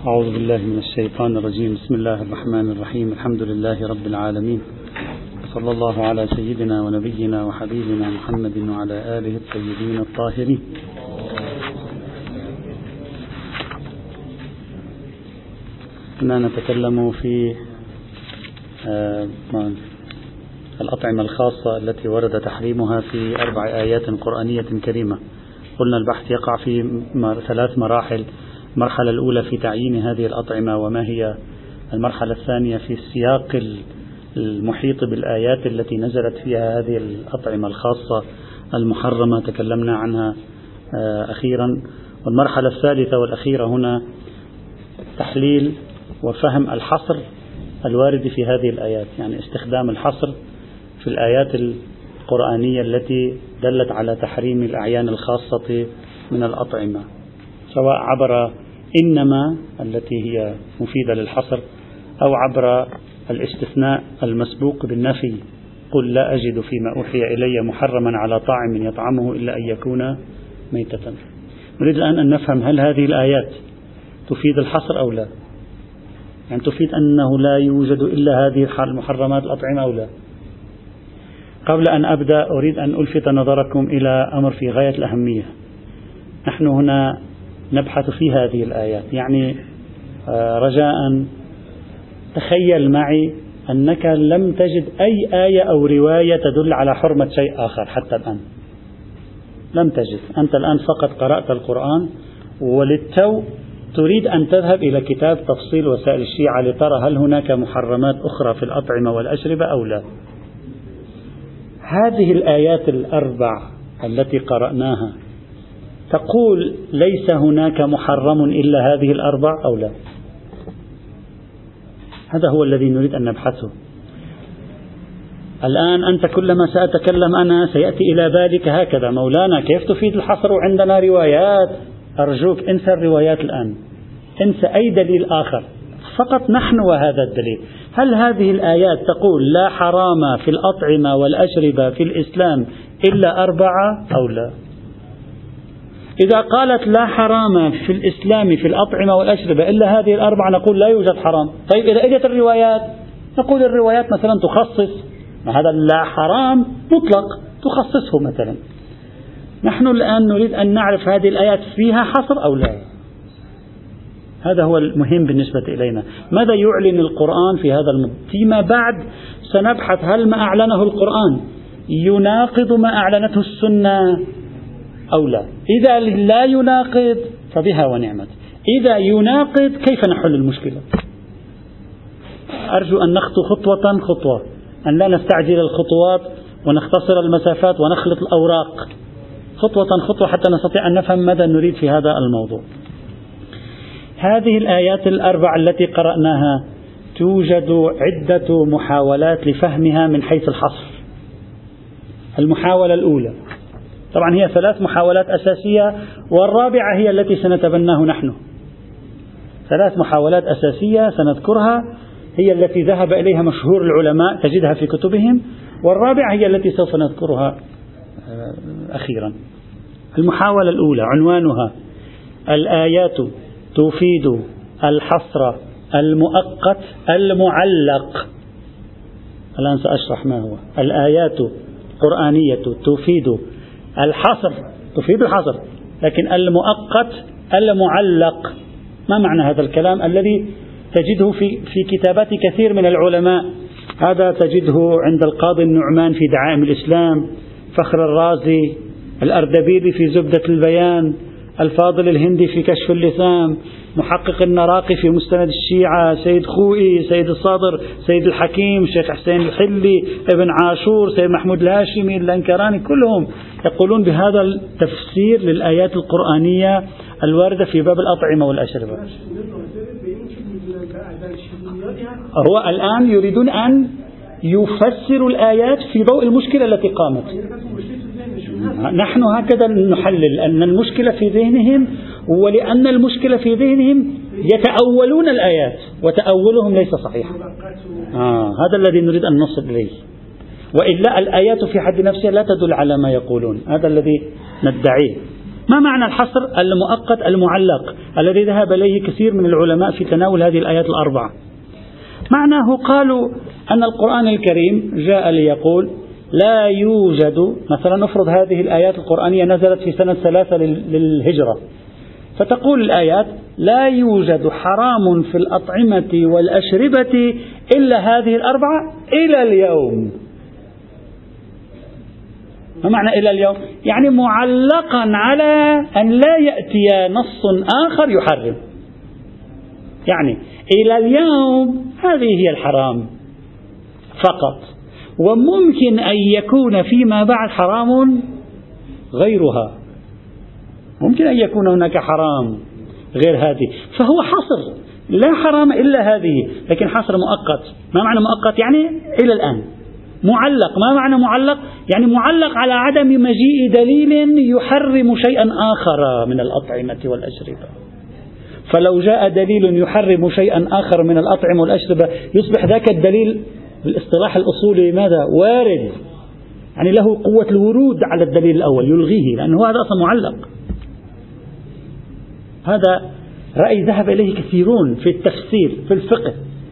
أعوذ بالله من الشيطان الرجيم. بسم الله الرحمن الرحيم. الحمد لله رب العالمين، صلى الله على سيدنا ونبينا وحبيبنا محمد وعلى آله الطيبين الطاهرين. كنا نتكلم في الأطعمة الخاصة التي ورد تحريمها في 4 آيات قرآنية كريمة. قلنا البحث يقع في 3 مراحل. المرحلة الأولى في تعيين هذه الأطعمة وما هي المرحلة الثانية في السياق المحيط بالآيات التي نزلت فيها هذه الأطعمة الخاصة المحرمة تكلمنا عنها أخيرا. والمرحلة الثالثة والأخيرة هنا تحليل وفهم الحصر الوارد في هذه الآيات، يعني استخدام الحصر في الآيات القرآنية التي دلت على تحريم الأعيان الخاصة من الأطعمة، سواء عبر إنما التي هي مفيدة للحصر أو عبر الاستثناء المسبوق بالنفي، قل لا أجد فيما أوحي إلي محرما على طاعم يطعمه إلا أن يكون ميتة. نريد الآن أن نفهم هل هذه الآيات تفيد الحصر أو لا، يعني تفيد أنه لا يوجد إلا هذه المحرمات الأطعمة أو لا. قبل أن أبدأ أريد أن ألفت نظركم إلى أمر في غاية الأهمية. نحن هنا نبحث في هذه الآيات، يعني رجاء تخيل معي أنك لم تجد أي آية أو رواية تدل على حرمة شيء آخر حتى الآن. لم تجد، أنت الآن فقط قرأت القرآن وللتو تريد أن تذهب إلى كتاب تفصيل وسائل الشيعة لترى هل هناك محرمات أخرى في الأطعمة والأشربة أو لا. هذه الآيات ال4 التي قرأناها تقول ليس هناك محرم إلا هذه ال4 أو لا؟ هذا هو الذي نريد أن نبحثه. الآن أنت كلما سأتكلم أنا سيأتي إلى بالك هكذا: مولانا كيف تفيد الحصر وعندنا روايات؟ أرجوك انسى الروايات الآن، انسى أي دليل آخر، فقط نحن وهذا الدليل. هل هذه الآيات تقول لا حرام في الأطعمة والأشربة في الإسلام إلا 4 أو لا؟ إذا قالت لا حرام في الإسلام في الأطعمة والأشربة إلا هذه ال4 نقول لا يوجد حرام. طيب إذا أجت الروايات نقول الروايات مثلا تخصص هذا لا حرام مطلق، تخصصه مثلا. نحن الآن نريد أن نعرف هذه الآيات فيها حصر أو لا. هذا هو المهم بالنسبة إلينا. ماذا يعلن القرآن في هذا فيما بعد سنبحث هل ما أعلنه القرآن يناقض ما أعلنته السنة أو لا. إذا لا يناقض فبها ونعمت، إذا يناقض كيف نحل المشكلة؟ أرجو أن نخطو خطوة خطوة، أن لا نستعجل الخطوات ونختصر المسافات ونخلط الأوراق، خطوة خطوة حتى نستطيع أن نفهم ماذا نريد في هذا الموضوع. هذه الآيات ال4 التي قرأناها توجد عدة محاولات لفهمها من حيث الحصر. المحاولة الأولى، طبعا هي 3 محاولات أساسية والرابعة هي التي سنتبناه نحن. 3 محاولات أساسية سنذكرها، هي التي ذهب إليها مشهور العلماء تجدها في كتبهم، والرابعة هي التي سوف نذكرها أخيرا. المحاولة الأولى عنوانها الآيات تفيد الحصر المؤقت المعلق. الآن سأشرح ما هو. الآيات القرآنية تفيد الحصر، تفيد الحصر لكن المؤقت المعلق. ما معنى هذا الكلام الذي تجده في كتابات كثير من العلماء؟ هذا تجده عند القاضي النعمان في دعائم الإسلام، فخر الرازي، الأردبيلي في زبدة البيان، الفاضل الهندي في كشف اللثام، محقق النراقي في مستند الشيعة، سيد خوئي، سيد الصادر، سيد الحكيم، شيخ حسين الحلي، ابن عاشور، سيد محمود الهاشمي، الأنكراني، كلهم يقولون بهذا التفسير للآيات القرآنية الواردة في باب الأطعمة والأشربة. هو الآن يريدون أن يفسروا الآيات في ضوء المشكلة التي قامت. نحن هكذا نحلل أن المشكلة في ذهنهم، ولأن المشكلة في ذهنهم يتأولون الآيات وتأولهم ليس صحيح. هذا الذي نريد أن نصل إليه، وإلا الآيات في حد نفسها لا تدل على ما يقولون. هذا الذي ندعيه. ما معنى الحصر المؤقت المعلق الذي ذهب إليه كثير من العلماء في تناول هذه الآيات الأربعة؟ معناه قالوا أن القرآن الكريم جاء ليقول لا يوجد، مثلا نفرض هذه الآيات القرآنية نزلت في سنة 3 للهجرة، فتقول الآيات لا يوجد حرام في الأطعمة والأشربة إلا هذه الأربعة إلى اليوم. ما معنى إلى اليوم؟ يعني معلقا على أن لا يأتي نص آخر يحرم، يعني إلى اليوم هذه هي الحرام فقط، وممكن أن يكون فيما بعد حرام غيرها، ممكن أن يكون هناك حرام غير هذه، فهو حصر لا حرام إلا هذه، لكن حصر مؤقت. ما معنى مؤقت؟ يعني إلى الآن. معلق، ما معنى معلق؟ يعني معلق على عدم مجيء دليل يحرم شيئا آخر من الأطعمة والأشربة. فلو جاء دليل يحرم شيئا آخر من الأطعمة والأشربة يصبح ذاك الدليل بالاصطلاح الأصولي ماذا؟ وارد، يعني له قوة الورود على الدليل الأول، يلغيه لأنه هذا أصلا معلق. هذا رأي ذهب إليه كثيرون في التفسير في الفقه،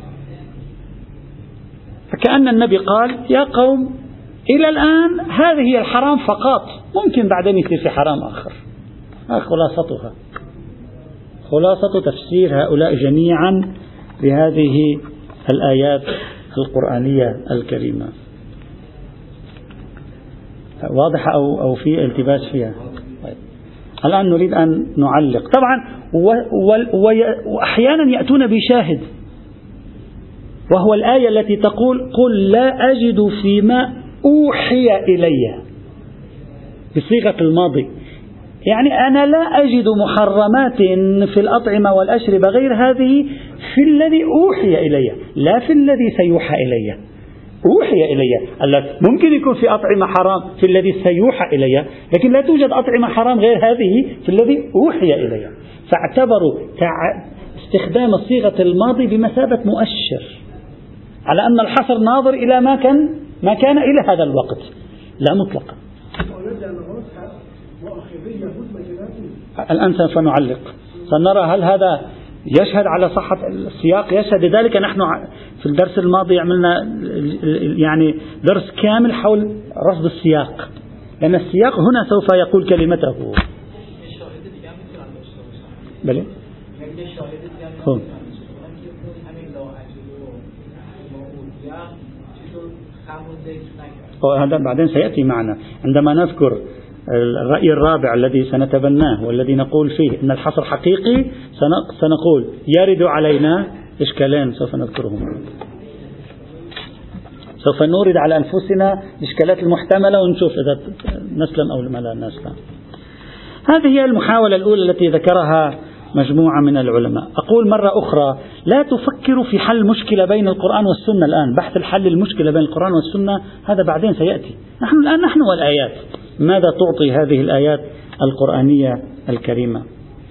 فكأن النبي قال يا قوم إلى الآن هذه هي الحرام فقط، ممكن بعدين يصير في حرام آخر. خلاصتها، خلاصة تفسير هؤلاء جميعا بهذه الآيات القرآنية الكريمة. واضحة أو في التباس فيها؟ الآن نريد أن نعلق. طبعا وأحيانا يأتون بشاهد، وهو الآية التي تقول قل لا أجد فيما أوحي إلي، بصيغة الماضي، يعني أنا لا أجد محرمات في الأطعمة والأشربة غير هذه في الذي أوحي إلي، لا في الذي سيوحى إلي. أوحي إلي، ممكن يكون في أطعمة حرام في الذي سيوحى إلي، لكن لا توجد أطعمة حرام غير هذه في الذي أوحي إلي. فاعتبروا استخدام صيغة الماضي بمثابة مؤشر على أن الحصر ناظر إلى ما كان إلى هذا الوقت، لا مطلقا. الآن سوف نعلق، سنرى هل هذا يشهد على صحة السياق. يشهد لذلك نحن في الدرس الماضي عملنا يعني درس كامل حول رصد السياق، لأن السياق هنا سوف يقول كلمته. بلى هذا بعدين سيأتي معنا عندما نذكر الرأي الرابع الذي سنتبناه والذي نقول فيه أن الحصر حقيقي. سنقول يرد علينا إشكالين سوف نذكرهم، سوف نورد على أنفسنا الإشكالات المحتملة ونشوف إذا نسلم أو ما لا نسلم. هذه هي المحاولة الأولى التي ذكرها مجموعة من العلماء. أقول مرة أخرى لا تفكروا في حل مشكلة بين القرآن والسنة الآن، بحث الحل المشكلة بين القرآن والسنة هذا بعدين سيأتي. نحن الآن نحن والآيات، ماذا تعطي هذه الآيات القرآنية الكريمة؟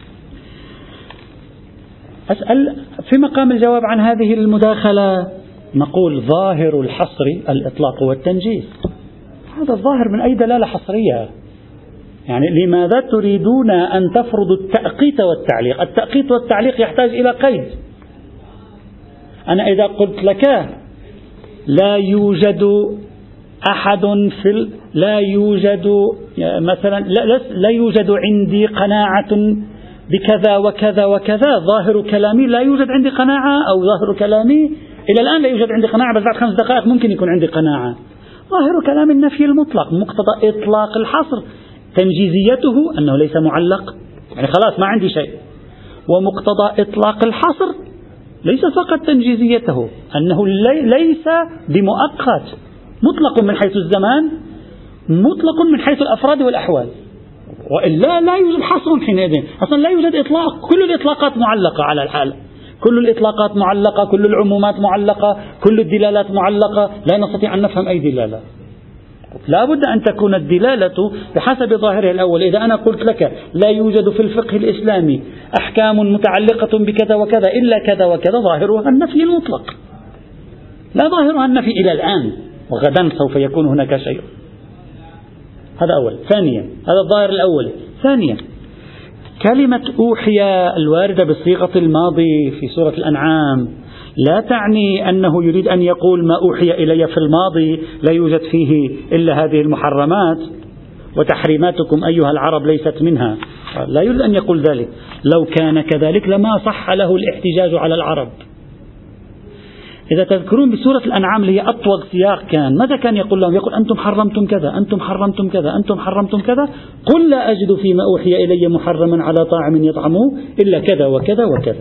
أسأل في مقام الجواب عن هذه المداخلة نقول ظاهر الحصر الإطلاق والتنجيز. هذا الظاهر من أي دلالة حصرية؟ يعني لماذا تريدون أن تفرضوا التأقيت والتعليق؟ التأقيت والتعليق يحتاج إلى قيد. أنا إذا قلت لك لا يوجد أحد لا يوجد مثلا لا يوجد عندي قناعة بكذا وكذا وكذا، ظاهر كلامي لا يوجد عندي قناعة، أو ظاهر كلامي إلى الآن لا يوجد عندي قناعة بس بعد 5 دقائق ممكن يكون عندي قناعة. ظاهر كلام النفي المطلق، مقتضى إطلاق الحصر تنجيزيته أنه ليس معلق، يعني خلاص ما عندي شيء. ومقتضى إطلاق الحصر ليس فقط تنجيزيته، أنه ليس بمؤقت، مطلق من حيث الزمان، مطلق من حيث الأفراد والأحوال، وإلا لا يوجد حصر حينئذ. أصلا لا يوجد إطلاق، كل الإطلاقات معلقة على الحال، كل الإطلاقات معلقة، كل العمومات معلقة، كل الدلالات معلقة، لا نستطيع أن نفهم أي دلالة. لا بد أن تكون الدلالة بحسب ظاهرها الأول. إذا أنا قلت لك لا يوجد في الفقه الإسلامي أحكام متعلقة بكذا وكذا إلا كذا وكذا، ظاهرها النفي المطلق، لا ظاهرها النفي إلى الآن، وغدا سوف يكون هناك شيء. هذا أول. ثانيا، هذا الظاهر الأول. ثانيا، كلمة أوحي الواردة بصيغة الماضي في سورة الأنعام لا تعني أنه يريد أن يقول ما أوحي إلي في الماضي لا يوجد فيه إلا هذه المحرمات وتحريماتكم أيها العرب ليست منها. لا يريد أن يقول ذلك. لو كان كذلك لما صح له الاحتجاج على العرب. إذا تذكرون بسورة الأنعام اللي هي أطول سياق كان ماذا كان يقول لهم؟ يقول أنتم حرمتم كذا، أنتم حرمتم كذا، أنتم حرمتم كذا، قل لا أجد فيما أوحي إلي محرما على طاعم يطعمه إلا كذا وكذا وكذا.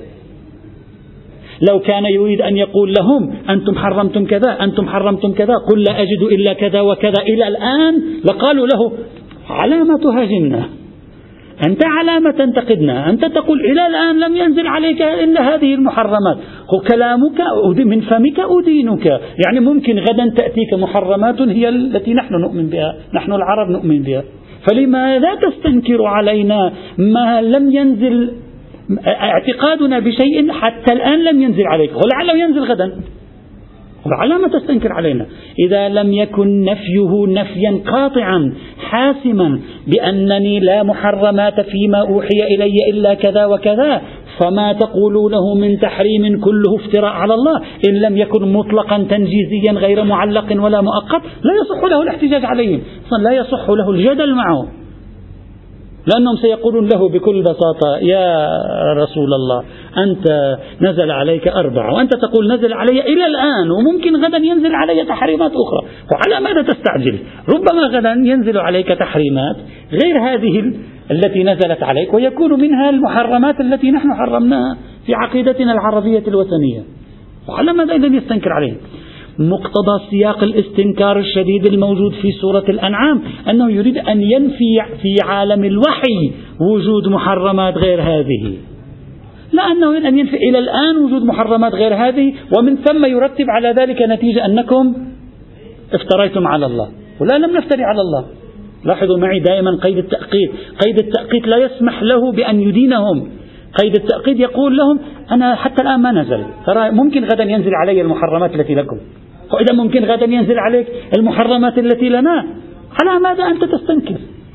لو كان يريد أن يقول لهم أنتم حرمتم كذا، أنتم حرمتم كذا، قل لا أجد إلا كذا وكذا إلى الآن، لقالوا له على ما تهاجمنا، أنت على ما تنتقدنا، أنت تقول إلى الآن لم ينزل عليك إلا هذه المحرمات، كلامك من فمك أدينك. يعني ممكن غدا تأتيك محرمات هي التي نحن نؤمن بها، نحن العرب نؤمن بها، فلماذا تستنكر علينا ما لم ينزل اعتقادنا بشيء حتى الآن لم ينزل عليك، ولعله ينزل غدا، على ما تستنكر علينا. إذا لم يكن نفيه نفيا قاطعا حاسما بأنني لا محرمات فيما أوحي إلي إلا كذا وكذا، فما تقولونه من تحريم كله افتراء على الله إن لم يكن مطلقا تنجيزيا غير معلق ولا مؤقت لا يصح له الاحتجاج عليهم، لا يصح له الجدل معه، لأنهم سيقولون له بكل بساطة يا رسول الله أنت نزل عليك 4 وأنت تقول نزل علي إلى الآن وممكن غدا ينزل علي تحريمات أخرى، وعلى ماذا تستعجل؟ ربما غدا ينزل عليك تحريمات غير هذه التي نزلت عليك ويكون منها المحرمات التي نحن حرمناها في عقيدتنا العربية الوثنية، وعلى ماذا إذن يستنكر عليه؟ مقتضى سياق الاستنكار الشديد الموجود في سورة الأنعام أنه يريد أن ينفي في عالم الوحي وجود محرمات غير هذه، لا أنه يريد أن ينفي إلى الآن وجود محرمات غير هذه، ومن ثم يرتب على ذلك نتيجة أنكم افتريتم على الله، ولا لم نفتري على الله. لاحظوا معي دائما قيد التأقيد، قيد التأقيد لا يسمح له بأن يدينهم، قيد التأقيد يقول لهم أنا حتى الآن ما نزل، ترى ممكن غدا ينزل علي المحرمات التي لكم، وإذا ممكن غدا ينزل عليك المحرمات التي لنا، على ماذا أنت تستنكر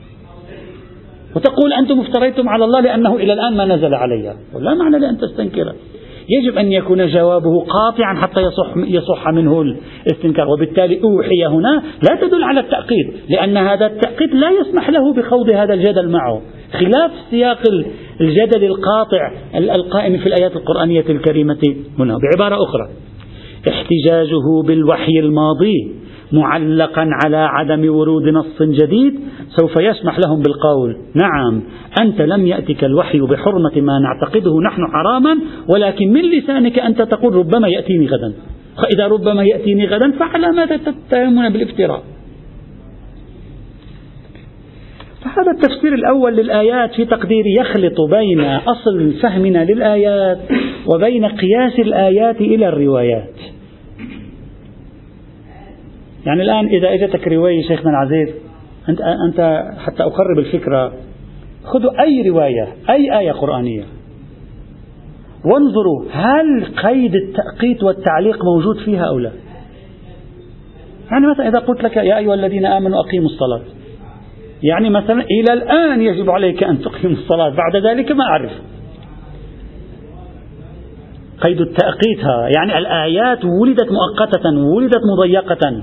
وتقول أنتم افتريتم على الله لأنه إلى الآن ما نزل علي؟ ولا معنى لأن تستنكر. يجب أن يكون جوابه قاطعا حتى يصح منه الاستنكار، وبالتالي أوحي هنا لا تدل على التأقيد، لأن هذا التأقيد لا يسمح له بخوض هذا الجدل معه، خلاف سياق الجدل القاطع القائم في الآيات القرآنية الكريمة هنا. بعبارة أخرى، احتجاجه بالوحي الماضي معلقا على عدم ورود نص جديد سوف يسمح لهم بالقول نعم أنت لم يأتك الوحي بحرمة ما نعتقده نحن حراما، ولكن من لسانك أنت تقول ربما يأتيني غدا، فإذا ربما يأتيني غدا فعلى ماذا تتهمون بالافتراء؟ فهذا التفسير الأول للآيات في تقديري يخلط بين أصل فهمنا للآيات وبين قياس الآيات إلى الروايات. يعني الآن إذا أجتك رواية شيخنا العزيز، أنت حتى أقرب الفكرة خذوا أي رواية أي آية قرآنية وانظروا هل قيد التأقيت والتعليق موجود فيها أو لا. يعني مثلا إذا قلت لك يا أيها الذين آمنوا أقيموا الصلاة، يعني مثلا إلى الآن يجب عليك أن تقيم الصلاة، بعد ذلك ما أعرف. قيد التأقيت يعني الآيات ولدت مؤقتة ولدت مضيقة،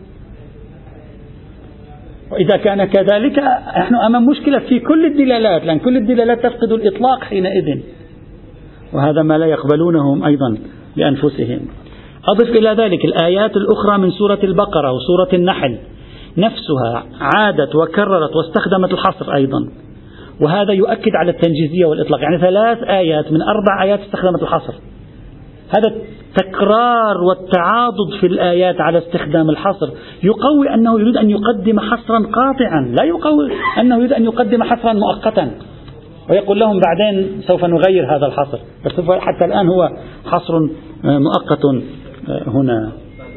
وإذا كان كذلك نحن أمام مشكلة في كل الدلالات، لأن كل الدلالات تفقد الإطلاق حينئذ، وهذا ما لا يقبلونهم أيضا لأنفسهم. أضف إلى ذلك الآيات الأخرى من سورة البقرة وسورة النحل نفسها عادت وكررت واستخدمت الحصر أيضا، وهذا يؤكد على التنجيزية والإطلاق. يعني 3 آيات من 4 آيات استخدمت الحصر. هذا التكرار والتعاضد في الآيات على استخدام الحصر يقوي أنه يريد أن يقدم حصرا قاطعا، لا يقوي أنه يريد أن يقدم حصرا مؤقتا ويقول لهم بعدين سوف نغير هذا الحصر، بس حتى الآن هو حصر مؤقت هنا.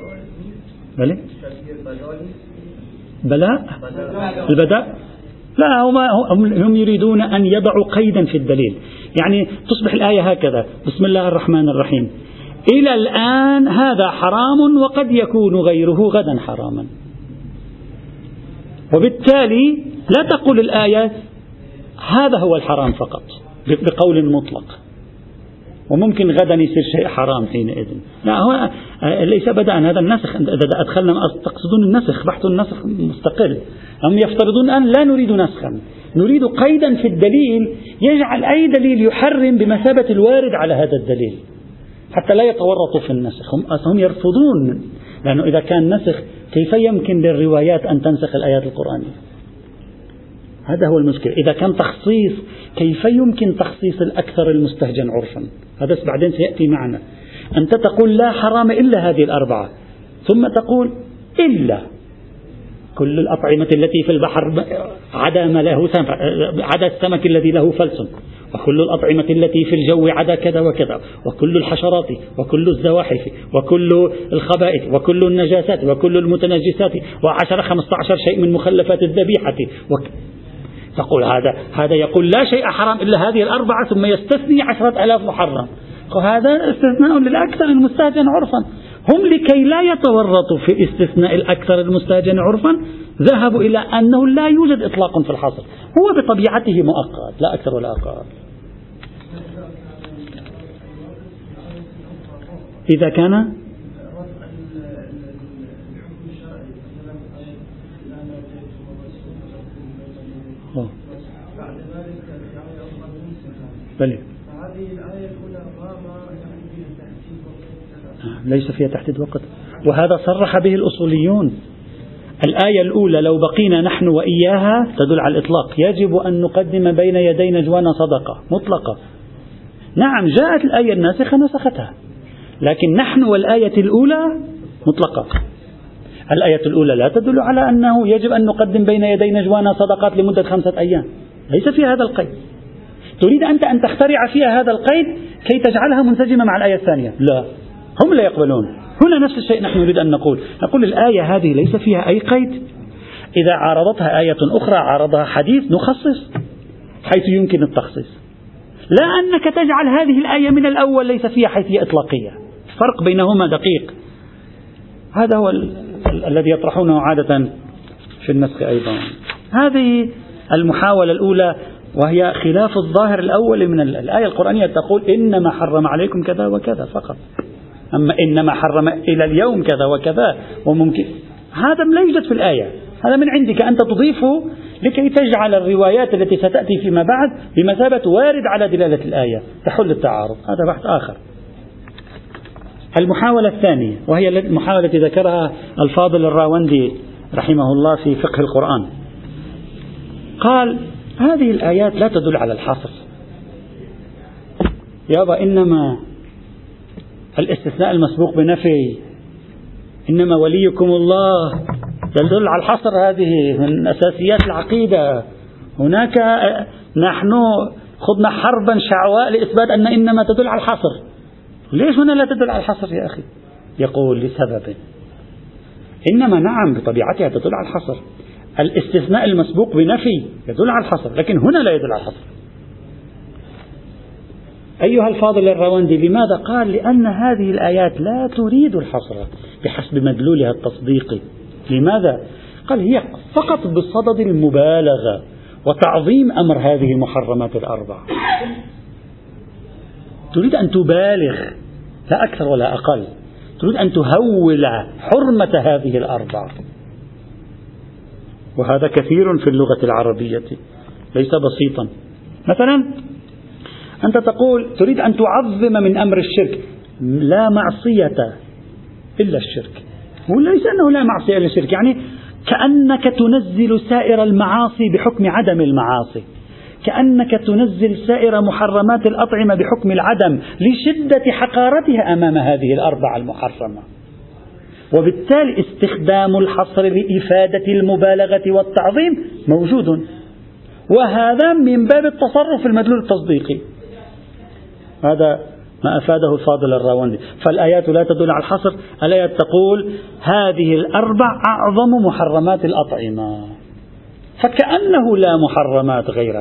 بلاء البداء لا، هم يريدون أن يضعوا قيدا في الدليل، يعني تصبح الآية هكذا: بسم الله الرحمن الرحيم، إلى الآن هذا حرام وقد يكون غيره غدا حراما. وبالتالي لا تقول الآية هذا هو الحرام فقط بقول مطلق، وممكن غدا يصير شيء حرام حينئذ. لا، هو ليس بدأنا هذا النسخ. إذا أدخلنا تقصدون النسخ، بحث النسخ مستقل. هم يفترضون أن لا نريد نسخا، نريد قيدا في الدليل يجعل أي دليل يحرم بمثابة الوارد على هذا الدليل حتى لا يتورطوا في النسخ. هم يرفضون، لأنه إذا كان نسخ كيف يمكن للروايات أن تنسخ الآيات القرآنية؟ هذا هو المشكلة. إذا كان تخصيص كيف يمكن تخصيص الأكثر المستهجن عرفا؟ هذا بعدين سيأتي معنا. أنت تقول لا حرام إلا هذه الأربعة، ثم تقول إلا كل الأطعمة التي في البحر عدا ما له عدا السمك الذي له فلس، وكل الأطعمة التي في الجو عدا كذا وكذا، وكل الحشرات وكل الزواحف وكل الخبائث وكل النجاسات وكل المتنجسات و10-15 شيء من مخلفات الذبيحة. تقول هذا يقول لا شيء حرام إلا هذه الأربعة، ثم يستثني 10,000 محرم. هذا استثناء للأكثر المستهجن عرفا. هم لكي لا يتورطوا في استثناء الأكثر المستهجن عرفا ذهبوا إلى أنه لا يوجد إطلاق في الحصر، هو بطبيعته مؤقت لا أكثر ولا أقل. إذا كان بلى ليس فيها تحديد وقت، وهذا صرح به الأصوليون. الآية الأولى لو بقينا نحن وإياها تدل على الإطلاق، يجب أن نقدم بين يدي نجوانا صدقة مطلقة. نعم جاءت الآية الناسخة نسختها، لكن نحن والآية الأولى مطلقة. الآية الأولى لا تدل على أنه يجب أن نقدم بين يدي نجوانا صدقات لمدة 5 أيام، ليس فيها هذا القيد. تريد أنت أن تخترع فيها هذا القيد كي تجعلها منسجمة مع الآية الثانية. لا، هم لا يقبلون. هنا نفس الشيء نحن نريد أن نقول الآية هذه ليس فيها أي قيد، إذا عارضتها آية أخرى عارضها حديث نخصص حيث يمكن التخصيص، لا أنك تجعل هذه الآية من الأول ليس فيها حيثية إطلاقية. فرق بينهما دقيق. هذا هو الذي يطرحونه عادة في النسخ أيضا. هذه المحاولة الأولى، وهي خلاف الظاهر الأول من الآية القرآنية، تقول إنما حرم عليكم كذا وكذا فقط، أما إنما حرم إلى اليوم كذا وكذا وممكن، هذا لا يوجد في الآية، هذا من عندك أنت تضيفه لكي تجعل الروايات التي ستأتي فيما بعد بمثابة وارد على دلالة الآية تحل التعارض. هذا بحث آخر. المحاولة الثانية، وهي المحاولة التي ذكرها الفاضل الراوندي رحمه الله في فقه القرآن، قال هذه الآيات لا تدل على الحصر يابا، إنما الاستثناء المسبوق بنفي، إنما وليكم الله تدل على الحصر. هذه من أساسيات العقيدة. هناك نحن خضنا حربا شعواء لإثبات أن إنما تدل على الحصر. ليش هنا لا تدل على الحصر يا أخي؟ يقول لسبب. إنما نعم بطبيعتها تدل على الحصر، الاستثناء المسبوق بنفي يدل على الحصر، لكن هنا لا يدل على الحصر. أيها الفاضل الرواندي، لماذا؟ قال لأن هذه الآيات لا تريد الحصر بحسب مدلولها التصديقي. لماذا؟ قال هي فقط بصدد المبالغة وتعظيم أمر هذه المحرمات الأربع. تريد أن تبالغ لا أكثر ولا أقل، تريد أن تهول حرمة هذه الأربع، وهذا كثير في اللغة العربية ليس بسيطا. مثلا أنت تقول تريد أن تعظم من أمر الشرك، لا معصية إلا الشرك، وليس أنه لا معصية إلا الشرك، يعني كأنك تنزل سائر المعاصي بحكم عدم المعاصي، كأنك تنزل سائر محرمات الأطعمة بحكم العدم لشدة حقارتها أمام هذه الأربعة المحرمة. وبالتالي استخدام الحصر لإفادة المبالغة والتعظيم موجود، وهذا من باب التصرف المدلول التصديقي. هذا ما أفاده الفاضل الراوندي. فالآيات لا تدل على الحصر، الآيات تقول هذه الأربع أعظم محرمات الأطعمة، فكأنه لا محرمات غيرها،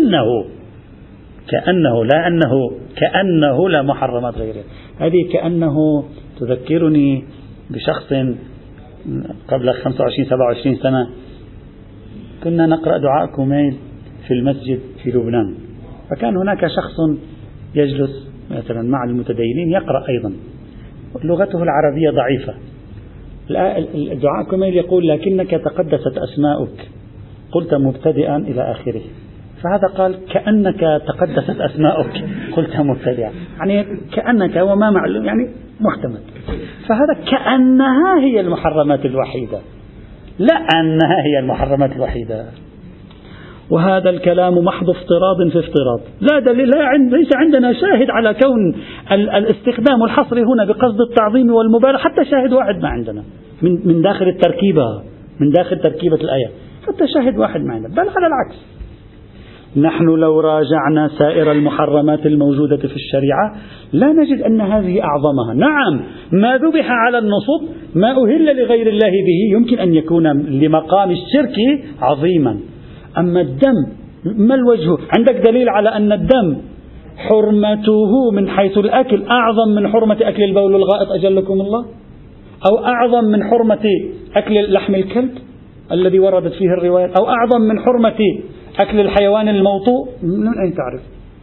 كأنه لا محرمات غيرها. هذه كأنه تذكرني بشخص قبل 25-27 سنة، كنا نقرأ دعاء كوميل في المسجد في لبنان، فكان هناك شخص يجلس مثلا مع المتدينين يقرأ أيضا، لغته العربية ضعيفة. الدعاء كميل يقول: لكنك تقدست أسماؤك، قلت مبتدئا إلى آخره. فهذا قال: كأنك تقدست أسماؤك قلت مبتدئا، يعني كأنك وما معلوم، يعني محتمل. فهذا كأنها هي المحرمات الوحيدة، لا أنها هي المحرمات الوحيدة. وهذا الكلام محض افتراض في افتراض، لا دليل، ليس عندنا شاهد على كون الاستخدام والحصر هنا بقصد التعظيم والمبالغة، حتى شاهد واحد ما عندنا من داخل التركيبة، من داخل تركيبة الآية، حتى شاهد واحد ما عندنا. بل على العكس، نحن لو راجعنا سائر المحرمات الموجودة في الشريعة لا نجد أن هذه أعظمها. نعم، ما ذبح على النصب، ما أهل لغير الله به، يمكن أن يكون لمقام الشرك عظيما. أما الدم، ما الوجه؟ عندك دليل على أن الدم حرمته من حيث الأكل أعظم من حرمة أكل البول الغائط أجلكم الله، أو أعظم من حرمة أكل لحم الكلب الذي وردت فيه الرواية، أو أعظم من حرمة أكل الحيوان الموطوء؟ من أين تعرف؟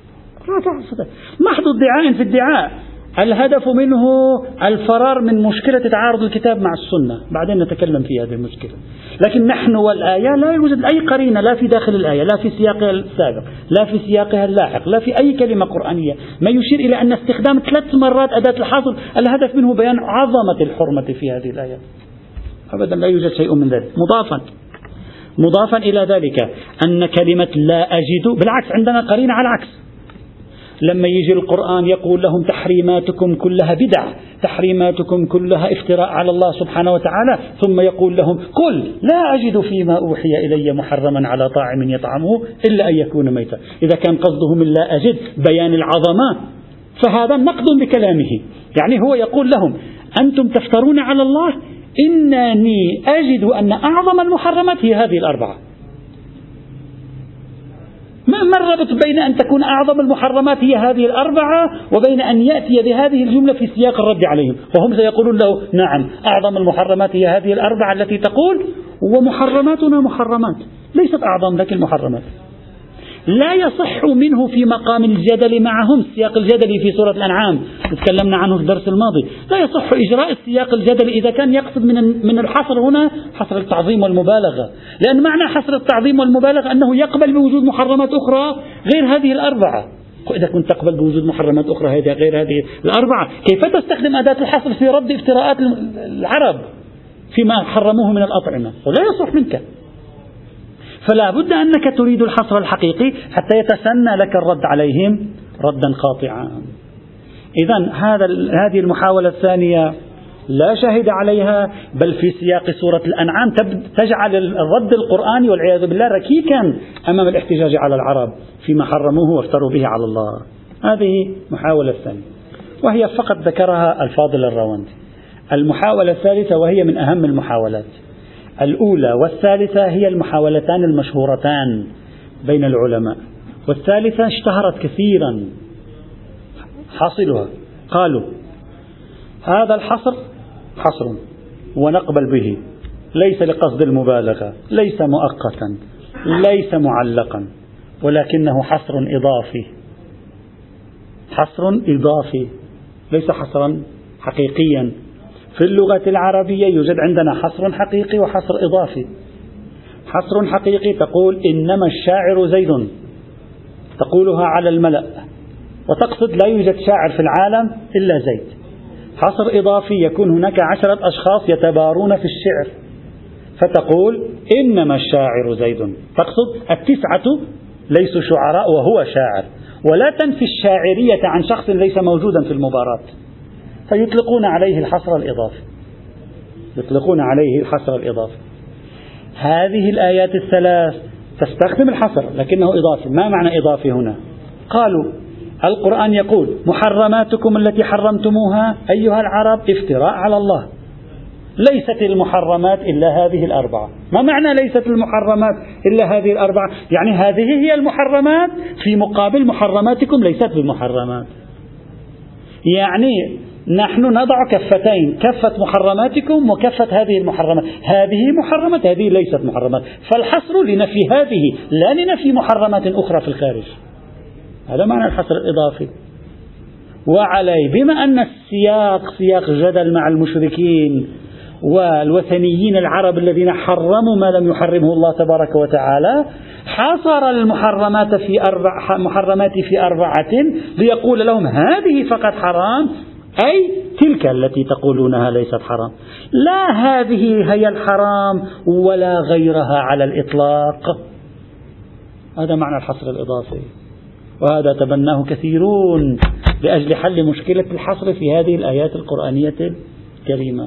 محض ادعاء في ادعاء، الهدف منه الفرار من مشكلة تعارض الكتاب مع السنة، بعدين نتكلم في هذه المشكلة. لكن نحن والآية لا يوجد أي قرينة، لا في داخل الآية، لا في سياقها السابق، لا في سياقها اللاحق، لا في أي كلمة قرآنية ما يشير إلى أن استخدام 3 مرات أداة الحصر الهدف منه بيان عظمة الحرمة في هذه الآية. أبدا لا يوجد شيء من ذلك. مضافا إلى ذلك أن كلمة لا أجد، بالعكس عندنا قرينة على العكس. لما يجي القرآن يقول لهم تحريماتكم كلها بدع، تحريماتكم كلها افتراء على الله سبحانه وتعالى، ثم يقول لهم: قل لا أجد فيما أوحي إلي محرما على طاعم يطعمه إلا أن يكون ميتا. إذا كان قصده من لا أجد بيان العظمة، فهذا نقد بكلامه، يعني هو يقول لهم: أنتم تفترون على الله، إنني أجد أن أعظم المحرمات هي هذه 4. ما الربط بين أن تكون أعظم المحرمات هي هذه 4 وبين أن يأتي بهذه الجملة في سياق الرد عليهم؟ وهم سيقولون له: نعم، أعظم المحرمات هي هذه 4 التي تقول، ومحرماتنا محرمات ليست أعظم لك المحرمات. لا يصح منه في مقام الجدل معهم، السياق الجدلي في سورة الأنعام تكلمنا عنه في الدرس الماضي، لا يصح إجراء السياق الجدلي إذا كان يقصد من الحصر هنا حصر التعظيم والمبالغة، لأن معنى حصر التعظيم والمبالغة أنه يقبل بوجود محرمات أخرى غير هذه 4. إذا كنت تقبل بوجود محرمات أخرى غير هذه 4، كيف تستخدم أداة الحصر في رد افتراءات العرب فيما حرموه من الأطعمة؟ ولا يصح منك. فلا بد أنك تريد الحصر الحقيقي حتى يتسنى لك الرد عليهم ردا قاطعا. إذن هذه المحاولة الثانية لا شاهد عليها، بل في سياق سورة الأنعام تجعل الرد القرآني والعياذ بالله ركيكا أمام الاحتجاج على العرب فيما حرموه وافتروا به على الله. هذه محاولة الثانية، وهي فقط ذكرها الفاضل الراوندي. المحاولة الثالثة، وهي من أهم المحاولات، الأولى والثالثة هي المحاولتان المشهورتان بين العلماء، والثالثة اشتهرت كثيرا. حاصلها قالوا: هذا الحصر حصر ونقبل به، ليس لقصد المبالغة، ليس مؤقتا، ليس معلقا، ولكنه حصر إضافي. حصر إضافي ليس حصرا حقيقيا. في اللغة العربية يوجد عندنا حصر حقيقي وحصر إضافي. حصر حقيقي تقول: إنما الشاعر زيد، تقولها على الملأ وتقصد لا يوجد شاعر في العالم إلا زيد. حصر إضافي يكون هناك 10 أشخاص يتبارون في الشعر، فتقول: إنما الشاعر زيد، تقصد 9 ليسوا شعراء وهو شاعر، ولا تنفي الشاعرية عن شخص ليس موجودا في المباراة، فيطلقون عليه الحصر الإضافي. يطلقون عليه الحصر الإضافي. هذه الآيات ال3 تستخدم الحصر لكنه إضافي. ما معنى إضافي هنا؟ قالوا: القرآن يقول: محرماتكم التي حرمتموها أيها العرب افتراء على الله، ليست المحرمات إلا هذه 4. ما معنى ليست المحرمات إلا هذه 4؟ يعني هذه هي المحرمات في مقابل محرماتكم ليست بمحرمات. يعني نحن نضع كفتين، كفة محرماتكم وكفة هذه المحرمات، هذه محرمات هذه ليست محرمات، فالحصر لنفي هذه لا لنفي محرمات أخرى في الخارج. هذا معنى الحصر الإضافي. وعليه بما أن السياق سياق جدل مع المشركين والوثنيين العرب الذين حرموا ما لم يحرمه الله تبارك وتعالى، حصر المحرمات في أربعة ليقول لهم هذه فقط حرام، أي تلك التي تقولونها ليست حرام، لا هذه هي الحرام ولا غيرها على الإطلاق. هذا معنى الحصر الإضافي، وهذا تبناه كثيرون لأجل حل مشكلة الحصر في هذه الآيات القرآنية الكريمة.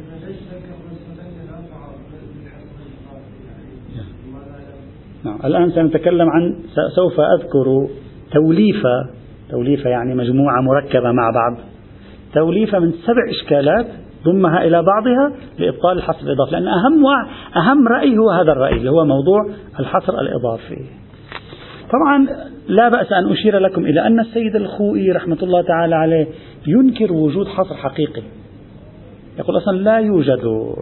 نعم. الآن سنتكلم عن، سوف أذكر توليفة يعني مجموعة مركبة مع بعض، توليفة من 7 إشكالات ضمها إلى بعضها لإبطال الحصر الإضافي، لأن أهم رأي هو هذا الرأي اللي هو موضوع الحصر الإضافي. طبعا لا بأس أن أشير لكم إلى أن السيد الخوئي رحمة الله تعالى عليه ينكر وجود حصر حقيقي، يقول أصلا لا يوجد،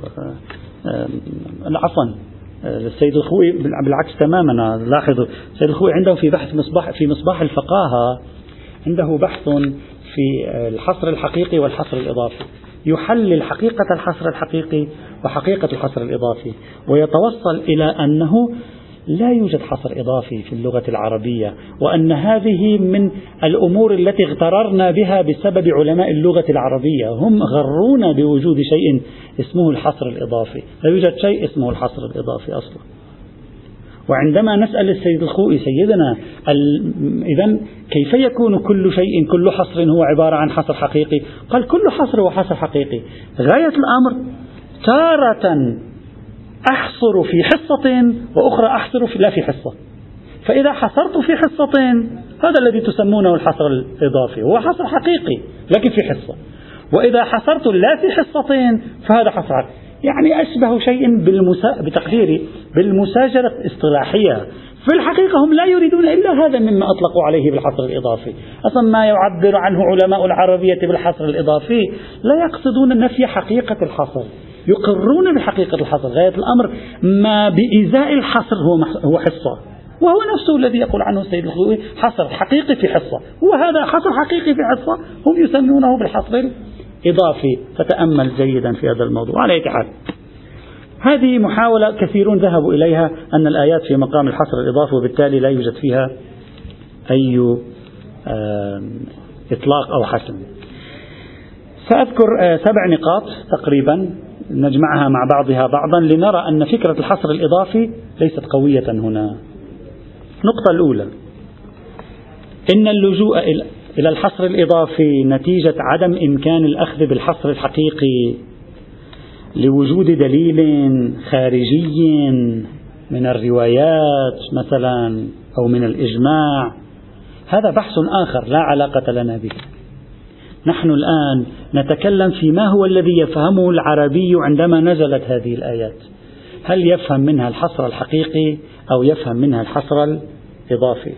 عفوا السيد الخوئي بالعكس تماما. لاحظوا السيد الخوئي عنده في بحث في مصباح الفقاهة عنده بحث في الحصر الحقيقي والحصر الإضافي، يحلل حقيقة الحصر الحقيقي وحقيقة الحصر الإضافي، ويتوصل إلى أنه لا يوجد حصر إضافي في اللغة العربية، وأن هذه من الأمور التي اغتررنا بها بسبب علماء اللغة العربية، هم غرونا بوجود شيء اسمه الحصر الإضافي، لا يوجد شيء اسمه الحصر الإضافي أصلا. وعندما نسأل السيد الخوئي سيدنا إذن كيف يكون كل حصر هو عبارة عن حصر حقيقي؟ قال كل حصر هو حصر حقيقي، غاية الأمر تارة أحصر في حصة وأخرى أحصر لا في حصة، فإذا حصرت في حصة هذا الذي تسمونه الحصر الإضافي، هو حصر حقيقي لكن في حصة، وإذا حصرت لا في حصة فهذا حصر يعني أشبه شيء بتقديري بالمساجرة الاصطلاحية. في الحقيقة هم لا يريدون إلا هذا مما أطلقوا عليه بالحصر الإضافي. أصلا ما يعبر عنه علماء العربية بالحصر الإضافي لا يقصدون نفي حقيقة الحصر، يقرون بحقيقة الحصر. غاية الأمر ما بإزاء الحصر هو حصة، وهو نفسه الذي يقول عنه السيد الخوئي حصر حقيقي في حصة، وهذا حصر حقيقي في حصة هم يسمونه بالحصر الإضافي. فتأمل جيدا في هذا الموضوع. على أي حال هذه محاولة كثيرون ذهبوا إليها أن الآيات في مقام الحصر الإضافي، وبالتالي لا يوجد فيها أي إطلاق أو حسم. سأذكر 7 نقاط تقريبا نجمعها مع بعضها بعضا لنرى أن فكرة الحصر الإضافي ليست قوية هنا. النقطة الأولى، إن اللجوء إلى الحصر الإضافي نتيجة عدم إمكان الأخذ بالحصر الحقيقي لوجود دليل خارجي من الروايات مثلا أو من الإجماع، هذا بحث آخر لا علاقة لنا به. نحن الآن نتكلم في ما هو الذي يفهمه العربي عندما نزلت هذه الآيات، هل يفهم منها الحصر الحقيقي أو يفهم منها الحصر الإضافي؟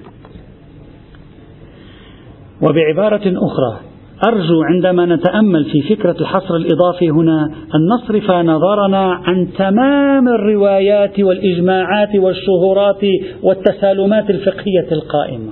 وبعبارة أخرى، أرجو عندما نتأمل في فكرة الحصر الإضافي هنا أن نصرف نظرنا عن تمام الروايات والإجماعات والشهورات والتسالمات الفقهية القائمة.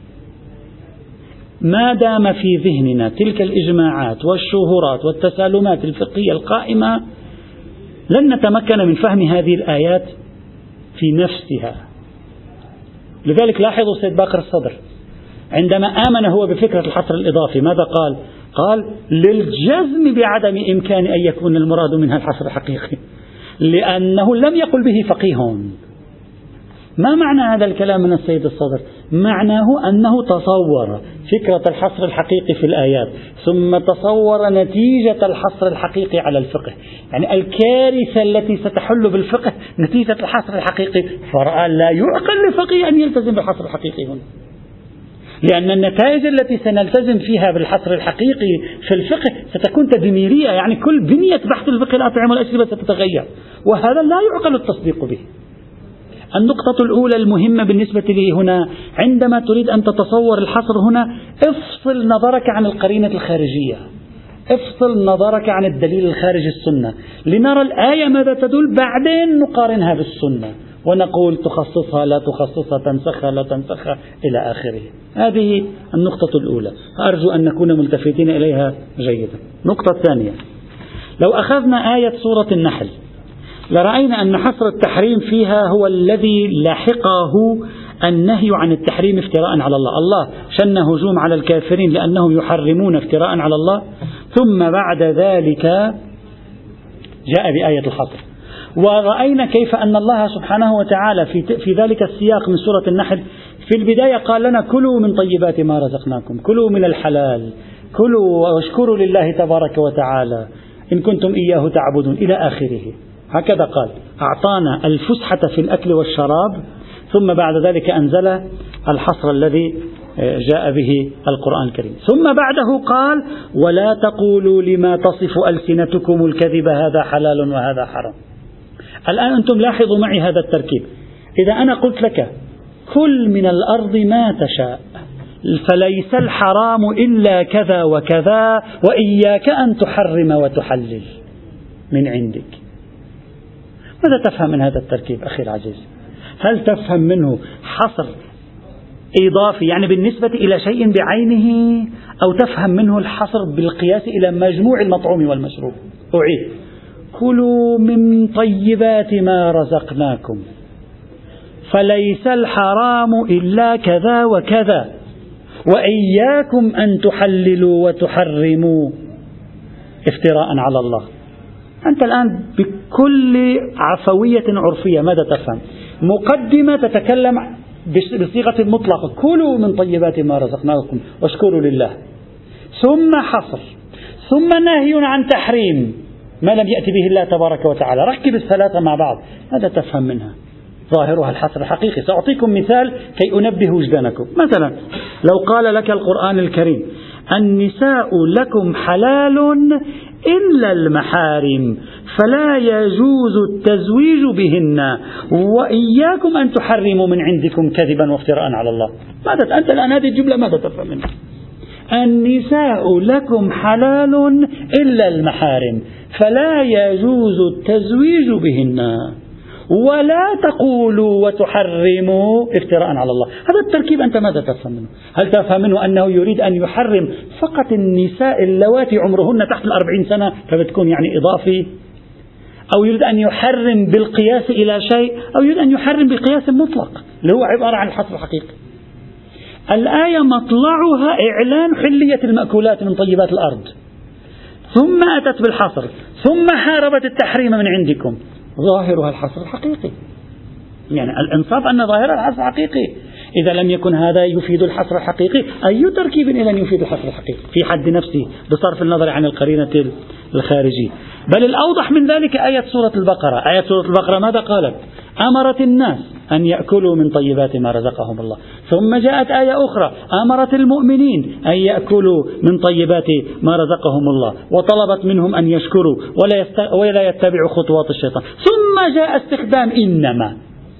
ما دام في ذهننا تلك الإجماعات والشهورات والتسالمات الفقهية القائمة لن نتمكن من فهم هذه الآيات في نفسها. لذلك لاحظوا سيد باقر الصدر عندما آمن هو بفكرة الحصر الإضافي ماذا قال؟ قال للجزم بعدم إمكان أن يكون المراد منها الحصر الحقيقي، لأنه لم يقل به فقيه. ما معنى هذا الكلام من السيد الصدر؟ معناه أنه تصور فكرة الحصر الحقيقي في الآيات ثم تصور نتيجة الحصر الحقيقي على الفقه، يعني الكارثة التي ستحل بالفقه نتيجة الحصر الحقيقي، فرأى لا يعقل لفقيه أن يلتزم بالحصر الحقيقي هنا، لأن النتائج التي سنلتزم فيها بالحصر الحقيقي في الفقه ستكون تدميرية، يعني كل بنية بحث الفقه الأطعمة والأشربة ستتغير، وهذا لا يعقل التصديق به. النقطة الأولى المهمة بالنسبة لي هنا، عندما تريد أن تتصور الحصر هنا افصل نظرك عن القرينة الخارجية، افصل نظرك عن الدليل الخارج السنة لنرى الآية ماذا تدل، بعدين نقارنها بالسنة ونقول تخصصها لا تخصصها، تنسخها لا تنسخها إلى آخره. هذه النقطة الأولى، أرجو أن نكون ملتفتين إليها جيدا. النقطة الثانية، لو أخذنا آية سورة النحل لرأينا أن حصر التحريم فيها هو الذي لاحقه النهي عن التحريم افتراء على الله. الله شن هجوم على الكافرين لأنهم يحرمون افتراء على الله، ثم بعد ذلك جاء بآية الحصر. ورأينا كيف أن الله سبحانه وتعالى في ذلك السياق من سورة النحل في البداية قال لنا كلوا من طيبات ما رزقناكم، كلوا من الحلال، كلوا واشكروا لله تبارك وتعالى إن كنتم إياه تعبدون إلى آخره. هكذا قال، أعطانا الفسحة في الأكل والشراب، ثم بعد ذلك أنزل الحصر الذي جاء به القرآن الكريم. ثم بعده قال ولا تقولوا لما تصف ألسنتكم الكذب هذا حلال وهذا حرام. الآن أنتم لاحظوا معي هذا التركيب، إذا أنا قلت لك كل من الأرض ما تشاء فليس الحرام إلا كذا وكذا وإياك أن تحرم وتحلل من عندك، ماذا تفهم من هذا التركيب أخي العزيز؟ هل تفهم منه حصر إضافي يعني بالنسبة إلى شيء بعينه، أو تفهم منه الحصر بالقياس إلى مجموع المطعوم والمشروب؟ أعيد، كلوا من طيبات ما رزقناكم فليس الحرام إلا كذا وكذا وإياكم أن تحللوا وتحرموا افتراء على الله. أنت الآن بكل عفوية عرفية ماذا تفهم؟ مقدمة تتكلم بصيغة مطلقة، كلوا من طيبات ما رزقناكم واشكروا لله، ثم حصر، ثم نهي عن تحريم ما لم يأتي به الله تبارك وتعالى. ركب الثلاثة مع بعض، ماذا تفهم منها؟ ظاهرها الحصر الحقيقي. سأعطيكم مثال كي أنبه وجدانكم. مثلا لو قال لك القرآن الكريم النساء لكم حلال إلا المحارم فلا يجوز التزويج بهن وإياكم أن تحرموا من عندكم كذبا وافتراء على الله، ماذا أنت الآن هذه الجملة ماذا تفهم منها؟ النساء لكم حلال إلا المحارم فلا يجوز التزويج بهن ولا تقولوا وتحرموا افتراء على الله. هذا التركيب أنت ماذا تفهم منه؟ هل تفهم منه أنه يريد أن يحرم فقط النساء اللواتي عمرهن تحت 40 سنة فبتكون يعني إضافي، أو يريد أن يحرم بالقياس إلى شيء، أو يريد أن يحرم بقياس مطلق اللي هو عبارة عن الحصر الحقيقي؟ الآية مطلعها إعلان حلية المأكولات من طيبات الأرض، ثم أتت بالحصر، ثم حاربت التحريم من عندكم. ظاهرها الحصر الحقيقي، يعني الإنصاف أن ظاهرها الحصر الحقيقي. إذا لم يكن هذا يفيد الحصر الحقيقي، أي تركيب إذا يفيد الحصر الحقيقي في حد نفسه بصرف النظر عن القرينة الخارجية؟ بل الأوضح من ذلك آية سورة البقرة. آية سورة البقرة ماذا قالت؟ أمرت الناس أن يأكلوا من طيبات ما رزقهم الله، ثم جاءت آية أخرى أمرت المؤمنين أن يأكلوا من طيبات ما رزقهم الله، وطلبت منهم أن يشكروا ولا يتبعوا خطوات الشيطان، ثم جاء استخدام إنما،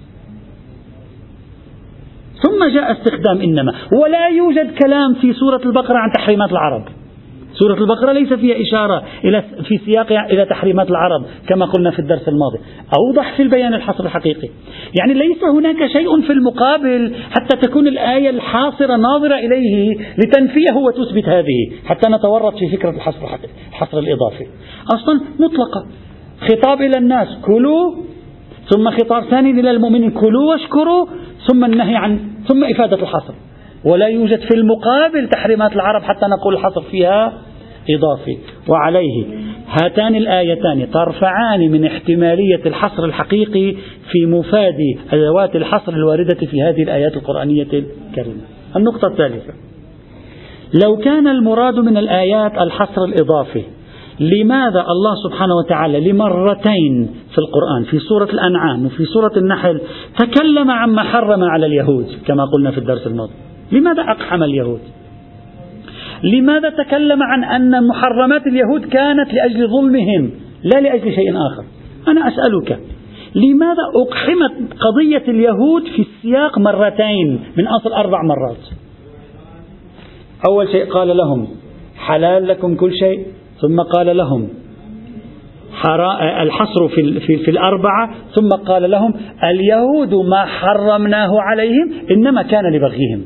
ولا يوجد كلام في سورة البقرة عن تحريمات العرب. سورة البقرة ليس فيها إشارة في سياقها إلى تحريمات العرب كما قلنا في الدرس الماضي. أوضح في البيان الحصر الحقيقي، يعني ليس هناك شيء في المقابل حتى تكون الآية الحاصرة ناظرة إليه لتنفيه وتثبت هذه، حتى نتورط في فكرة الحصر الحقيقي، الحصر الإضافي. أصلا مطلقة، خطاب إلى الناس كلوا، ثم خطاب ثاني إلى المؤمنين كلوا واشكروا، ثم النهي ثم إفادة الحصر. ولا يوجد في المقابل تحريمات العرب حتى نقول الحصر فيها إضافي. وعليه هاتان الآيتان ترفعان من احتمالية الحصر الحقيقي في مفاد أدوات الحصر الواردة في هذه الآيات القرآنية الكريمة. النقطة الثالثة، لو كان المراد من الآيات الحصر الإضافي، لماذا الله سبحانه وتعالى لمرتين في القرآن في سورة الأنعام وفي سورة النحل تكلم عما حرم على اليهود كما قلنا في الدرس الماضي؟ لماذا أقحم اليهود؟ لماذا تكلم عن أن محرمات اليهود كانت لأجل ظلمهم لا لأجل شيء آخر؟ أنا أسألك، لماذا أقحمت قضية اليهود في السياق مرتين من أصل 4 مرات؟ أول شيء قال لهم حلال لكم كل شيء ثم قال لهم الحصر في الأربعة، ثم قال لهم اليهود ما حرمناه عليهم إنما كان لبغيهم.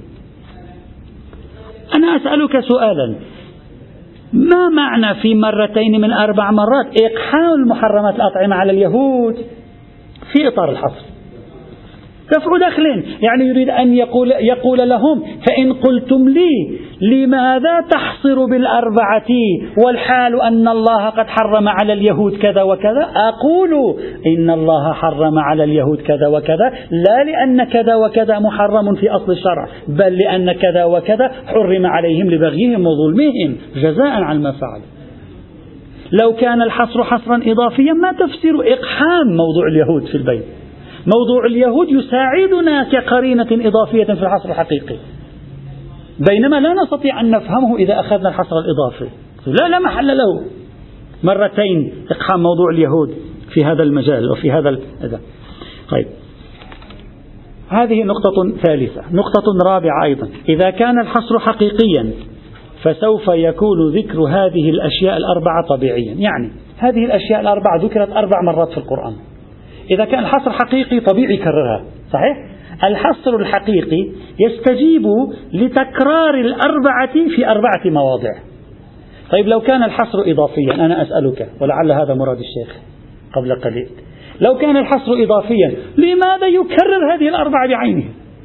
أنا أسألك سؤالا، ما معنى في مرتين من 4 مرات إقحام المحرمات الأطعمة على اليهود في إطار الحصر؟ دفع دخل، يعني يريد أن يقول لهم فإن قلتم لي لماذا تحصر بال4 والحال أن الله قد حرم على اليهود كذا وكذا، أقول إن الله حرم على اليهود كذا وكذا لا لأن كذا وكذا محرم في أصل الشرع، بل لأن كذا وكذا حرم عليهم لبغيهم وظلمهم جزاء على ما فعل. لو كان الحصر حصرا إضافيا ما تفسير إقحام موضوع اليهود في البيت؟ موضوع اليهود يساعدنا كقرينة إضافية في الحصر الحقيقي، بينما لا نستطيع أن نفهمه إذا أخذنا الحصر الإضافي. لا محل له مرتين إقحام موضوع اليهود في هذا المجال وفي هذا طيب، هذه نقطة ثالثة. نقطة رابعة أيضا، إذا كان الحصر حقيقيا فسوف يكون ذكر هذه الأشياء ال4 طبيعيا، يعني هذه الأشياء ال4 ذكرت 4 مرات في القرآن. إذا كان الحصر حقيقي طبيعي يكررها، صحيح؟ الحصر الحقيقي يستجيب لتكرار ال4 في 4 مواضع. طيب لو كان الحصر إضافيا، أنا أسألك ولعل هذا مراد الشيخ قبل قليل، لو كان الحصر إضافيا لماذا يكرر هذه ال4 بعينها؟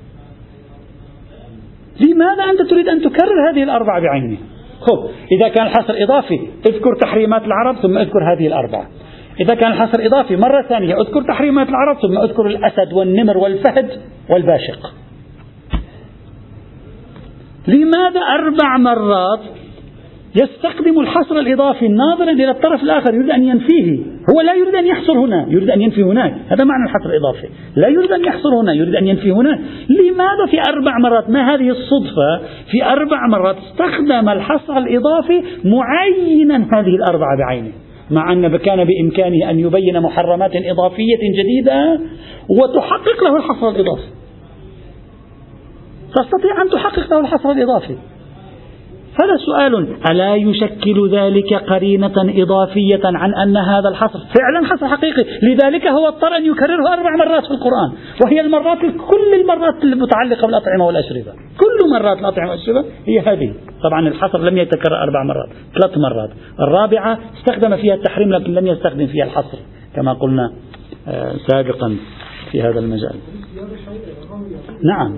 لماذا أنت تريد أن تكرر هذه ال4 بعينها؟ خب، إذا كان الحصر إضافي اذكر تحريمات العرب ثم اذكر هذه ال4. إذا كان الحصر إضافي مرة ثانية اذكر تحريمات العرب ثم اذكر الأسد والنمر والفهد والباشق. لماذا 4 مرات يستخدم الحصر الإضافي ناظرا إلى الطرف الآخر يريد أن ينفيه؟ هو لا يريد أن يحصر هنا، يريد أن ينفي هناك. هذا معنى الحصر الإضافي، لا يريد أن يحصر هنا، يريد أن ينفي هناك. لماذا في 4 مرات؟ ما هذه الصدفة في 4 مرات استخدم الحصر الإضافي معينا هذه ال4 بعينه، مع أن كان بإمكانه أن يبين محرمات إضافية جديدة وتحقق له الحصر الإضافي؟ تستطيع أن تحقق له الحصر الإضافي. هذا سؤال، ألا يشكل ذلك قرينة إضافية عن أن هذا الحصر فعلا حصر حقيقي؟ لذلك هو اضطر أن يكرره 4 مرات في القرآن، وهي المرات كل المرات المتعلقة بالأطعمة والأشربة، كل مرات الأطعمة والأشربة هي هذه. طبعا الحصر لم يتكرر 4 مرات، 3 مرات، الرابعة استخدم فيها التحريم لكن لم يستخدم فيها الحصر كما قلنا سابقا في هذا المجال. نعم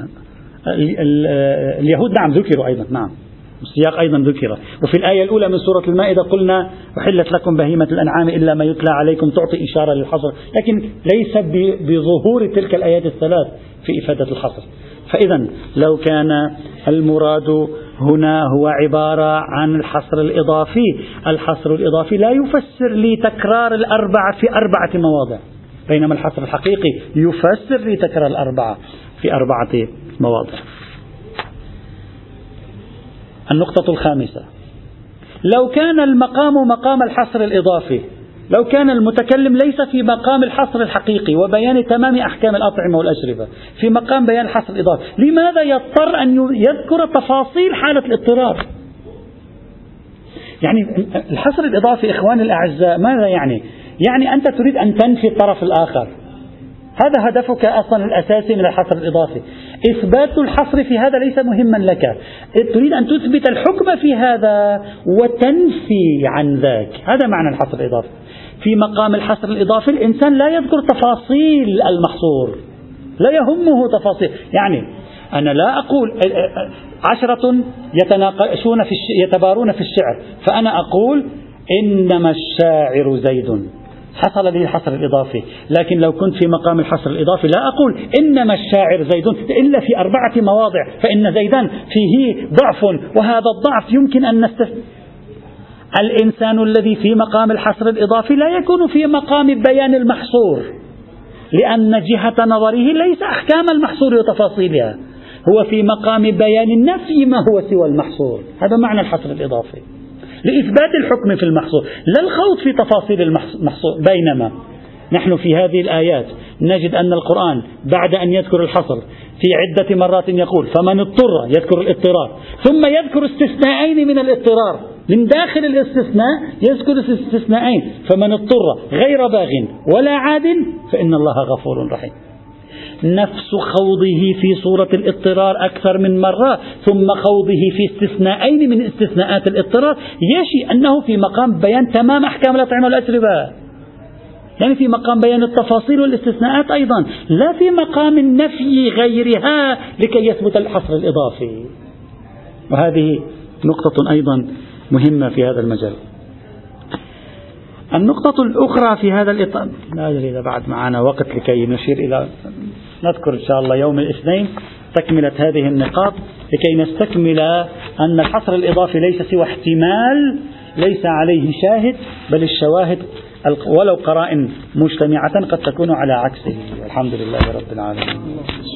اليهود نعم ذكروا أيضا، نعم السياق أيضا ذكر. وفي الآية الأولى من سورة المائدة قلنا أحلت لكم بهيمة الأنعام إلا ما يتلى عليكم، تعطي إشارة للحصر، لكن ليس بظهور تلك الآيات الثلاث في إفادة الحصر. فإذا لو كان المراد هنا هو عبارة عن الحصر الإضافي، الحصر الإضافي لا يفسر لي تكرار 4 في 4 مواضع، بينما الحصر الحقيقي يفسر لي تكرار 4 في 4 مواضع. النقطة الخامسة، لو كان المقام مقام الحصر الإضافي، لو كان المتكلم ليس في مقام الحصر الحقيقي وبيان تمام أحكام الأطعمة والأشربة، في مقام بيان الحصر الإضافي، لماذا يضطر أن يذكر تفاصيل حالة الاضطرار؟ يعني الحصر الإضافي إخواني الأعزاء ماذا يعني؟ يعني أنت تريد أن تنفي الطرف الآخر، هذا هدفك أصلا الأساسي من الحصر الإضافي. إثبات الحصر في هذا ليس مهما لك، تريد أن تثبت الحكم في هذا وتنفي عن ذاك، هذا معنى الحصر الإضافي. في مقام الحصر الإضافي الإنسان لا يذكر تفاصيل المحصور، لا يهمه تفاصيل. يعني أنا لا أقول 10 يتناقشون يتبارون في الشعر فأنا أقول إنما الشاعر زيد، حصل لي الحصر الإضافي. لكن لو كنت في مقام الحصر الإضافي لا أقول إنما الشاعر زيد إلا في 4 مواضع، فإن زيدان فيه ضعف وهذا الضعف يمكن أن نستثني. الإنسان الذي في مقام الحصر الإضافي لا يكون في مقام بيان المحصور، لأن جهة نظره ليس أحكام المحصور وتفاصيلها، هو في مقام بيان نفي ما هو سوى المحصور. هذا معنى الحصر الإضافي، لإثبات الحكم في المحصور لا الخوض في تفاصيل المحصور. بينما نحن في هذه الآيات نجد أن القرآن بعد أن يذكر الحصر في عدة مرات يقول فمن اضطر، يذكر الاضطرار، ثم يذكر استثناءين من الاضطرار، من داخل الاستثناء يذكر الاستثناءين: فمن اضطر غير باغ ولا عاد فإن الله غفور رحيم. نفس خوضه في صورة الاضطرار أكثر من مرة، ثم خوضه في استثناءين من استثناءات الاضطرار، يشي أنه في مقام بيان تمام أحكام الأطعمة والأشربة، يعني في مقام بيان التفاصيل والاستثناءات أيضا، لا في مقام النفي غيرها لكي يثبت الحصر الإضافي. وهذه نقطة أيضا مهمة في هذا المجال. النقطة الأخرى في هذا الإطار، لا أدري إذا بعد معنا وقت لكي نشير إلى، نذكر إن شاء الله يوم الاثنين تكملة هذه النقاط لكي نستكمل أن الحصر الإضافي ليس سوى احتمال ليس عليه شاهد، بل الشواهد ولو قرائن مجتمعة قد تكون على عكسه. الحمد لله رب العالمين.